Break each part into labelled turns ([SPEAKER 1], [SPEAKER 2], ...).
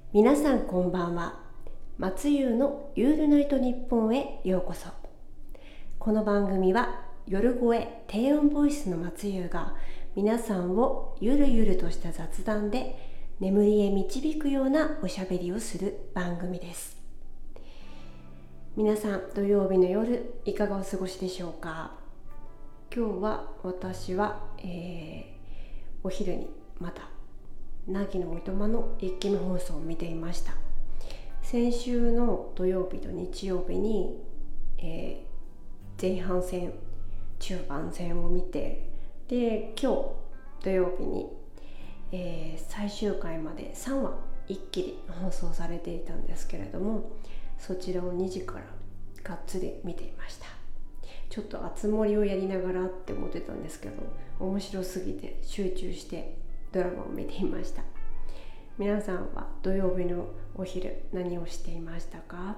[SPEAKER 1] 皆さんこんばんは。松優のユールナイトニッポンへようこそ。この番組は夜声低音ボイスの松優が皆さんをゆるゆるとした雑談で眠りへ導くようなおしゃべりをする番組です。皆さん土曜日の夜いかがお過ごしでしょうか。今日は私は、お昼にまた凪のおいとまの一気見放送を見ていました。先週の土曜日と日曜日に、前半戦中盤戦を見て、で今日土曜日に、最終回まで3話一気に放送されていたんですけれども、そちらを2時からがっつり見ていました。ちょっと熱盛をやりながらって思ってたんですけど、面白すぎて集中してドラマを見ていました。皆さんは土曜日のお昼何をしていましたか？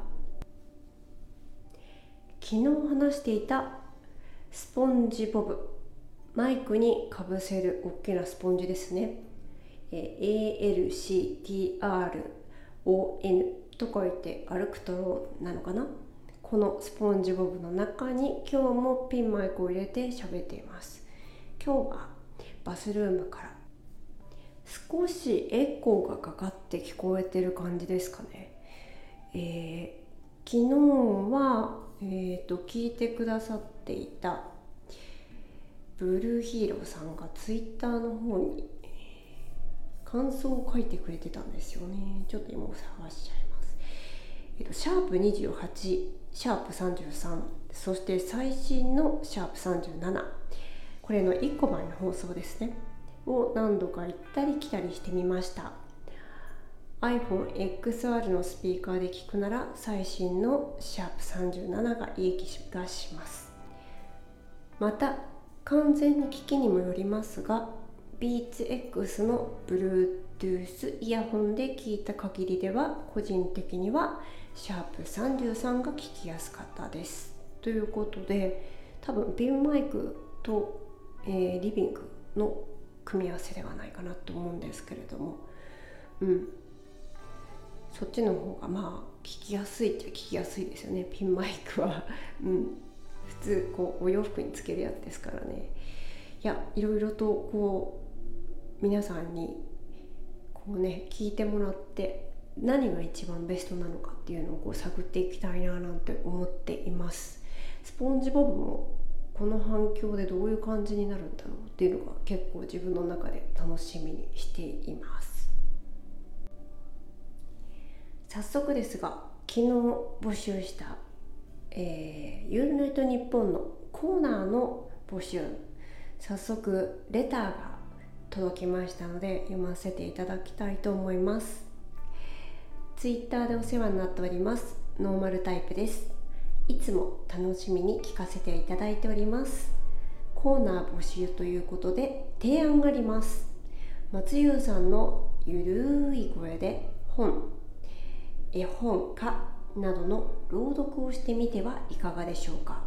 [SPEAKER 1] 昨日話していたスポンジボブ、マイクにかぶせる大きなスポンジですね。ALCTRON と書いてアルクトロンなのかな。このスポンジボブの中に今日もピンマイクを入れて喋っています。今日はバスルームから少しエコーがかかって聞こえてる感じですかね。昨日は、聞いてくださっていたブルーヒーローさんがツイッターの方に感想を書いてくれてたんですよね。ちょっと今探しちゃいます。シャープ28、シャープ33、そして最新のシャープ37、これの1個前の放送ですねを何度か行ったり来たりしてみました。 iPhone XR のスピーカーで聞くなら最新のシャープ37がいい気がします。また完全に機器にもよりますが Beats-X の Bluetooth イヤホンで聞いた限りでは個人的にはシャープ33が聞きやすかったですということで、多分ピンマイクと、リビングの組み合わせではないかなと思うんですけれども、そっちの方がまあ聞きやすいっちゃ聞きやすいですよね。ピンマイクは、普通こうお洋服につけるやつですからね。いや、いろいろとこう皆さんにこうね聞いてもらって何が一番ベストなのかっていうのをこう探っていきたいななんて思っています。スポンジボブもこの反響でどういう感じになるんだろうっていうのが結構自分の中で楽しみにしています。早速ですが、昨日募集した、ユールナイトニッポンのコーナーの募集、早速レターが届きましたので読ませていただきたいと思います。ツイッターでお世話になっておりますノーマルタイプです。いつも楽しみに聞かせていただいております。コーナー募集ということで提案があります。松優さんのゆるい声で絵本歌などの朗読をしてみてはいかがでしょうか。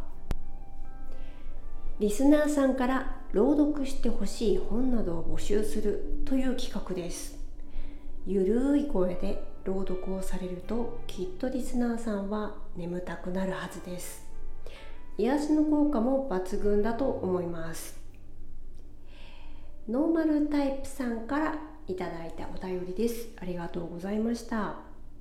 [SPEAKER 1] リスナーさんから朗読してほしい本などを募集するという企画です。ゆるい声で朗読をされるときっとリスナーさんは眠たくなるはずです。癒しの効果も抜群だと思います。ノーマルタイプさんからいただいたお便りです。ありがとうございました。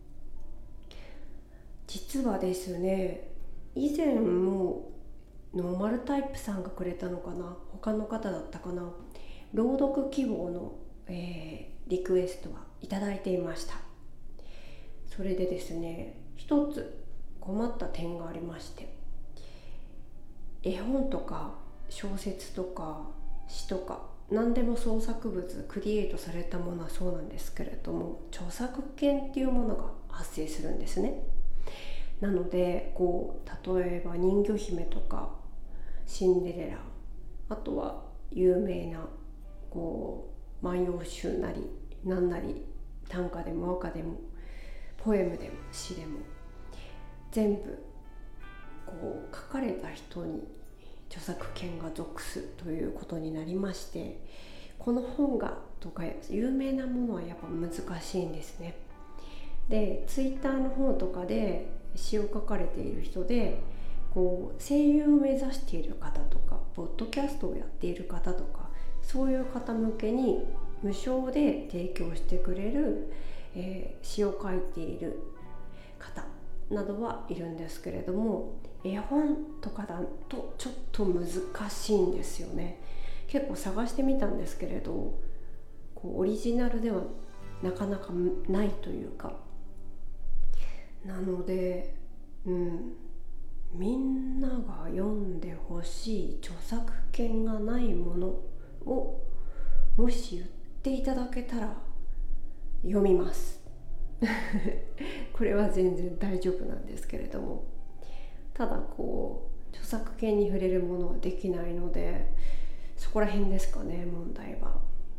[SPEAKER 1] 実はですね、以前もノーマルタイプさんがくれたのかな、他の方だったかな、朗読希望の、リクエストはいただいていました。それでですね、一つ困った点がありまして、絵本とか小説とか詩とか何でも創作物クリエイトされたものはそうなんですけれども、著作権っていうものが発生するんですね。なのでこう例えば人魚姫とかシンデレラ、あとは有名なこう万葉集なりなんなり短歌でも和歌でもポエムでも詩でも全部こう書かれた人に著作権が属すということになりまして、この本がとか有名なものはやっぱ難しいんですね。 でツイッターの方とかで詩を書かれている人でこう声優を目指している方とかポッドキャストをやっている方とかそういう方向けに無償で提供してくれる、詩を書いている方などはいるんですけれども、絵本とかだとちょっと難しいんですよね。結構探してみたんですけれどこうオリジナルではなかなかないというか、なので、みんなが読んでほしい著作権がないものをもし言っていただけたら読みますこれは全然大丈夫なんですけれども、ただこう著作権に触れるものはできないので、そこら辺ですかね、問題は。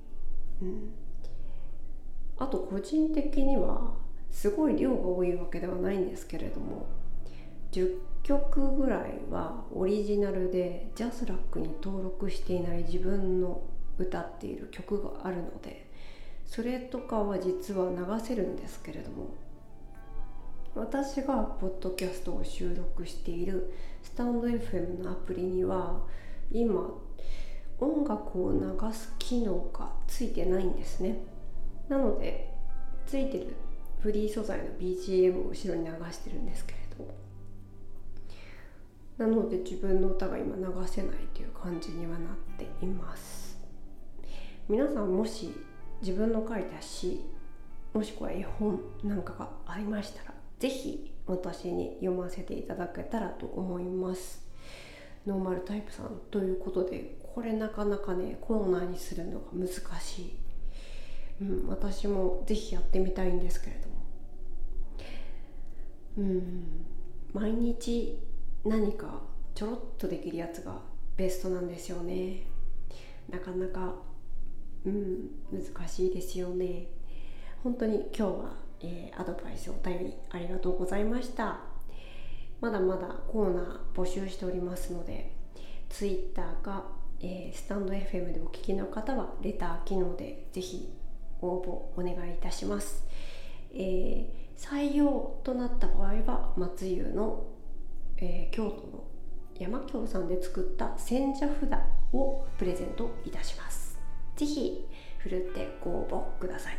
[SPEAKER 1] あと個人的にはすごい量が多いわけではないんですけれども、10曲ぐらいはオリジナルでジャスラックに登録していない自分の歌っている曲があるので、それとかは実は流せるんですけれども、私がポッドキャストを収録しているスタンド FM のアプリには今音楽を流す機能がついてないんですね。なのでついてるフリー素材の BGM を後ろに流してるんですけれど、なので自分の歌が今流せないという感じにはなっています。皆さんもし自分の書いた詩もしくは絵本なんかがありましたら、ぜひ私に読ませていただけたらと思います。ノーマルタイプさんということで、これなかなかねコーナーにするのが難しい、私もぜひやってみたいんですけれども、毎日何かちょろっとできるやつがベストなんですよね。なかなか難しいですよね。本当に今日は、アドバイスお便りありがとうございました。まだまだコーナー募集しておりますので、ツイッターか、スタンド FM でお聞きの方はレター機能でぜひ応募お願いいたします。採用となった場合は松湯の、京都の山京さんで作った千社札をプレゼントいたします。ぜひふるってご応募ください。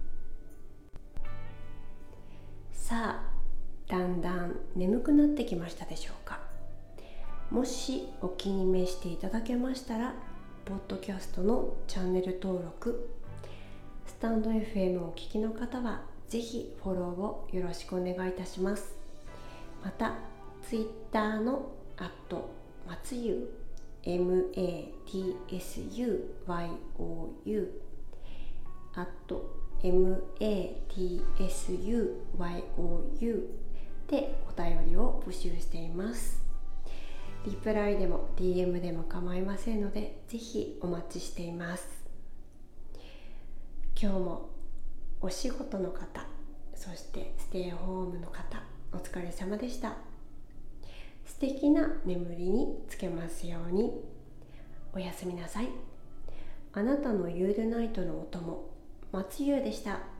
[SPEAKER 1] さあ、だんだん眠くなってきましたでしょうか。もしお気に召していただけましたら、ポッドキャストのチャンネル登録、スタンド FM をお聞きの方はぜひフォローをよろしくお願いいたします。またツイッターの松湯 MATSUYOU MATSUYOU でお便りを募集しています。リプライでも DM でも構いませんので、ぜひお待ちしています。今日もお仕事の方、そしてステイホームの方、お疲れ様でした。素敵な眠りにつけますように。おやすみなさい。あなたのユールナイトのお供、松優でした。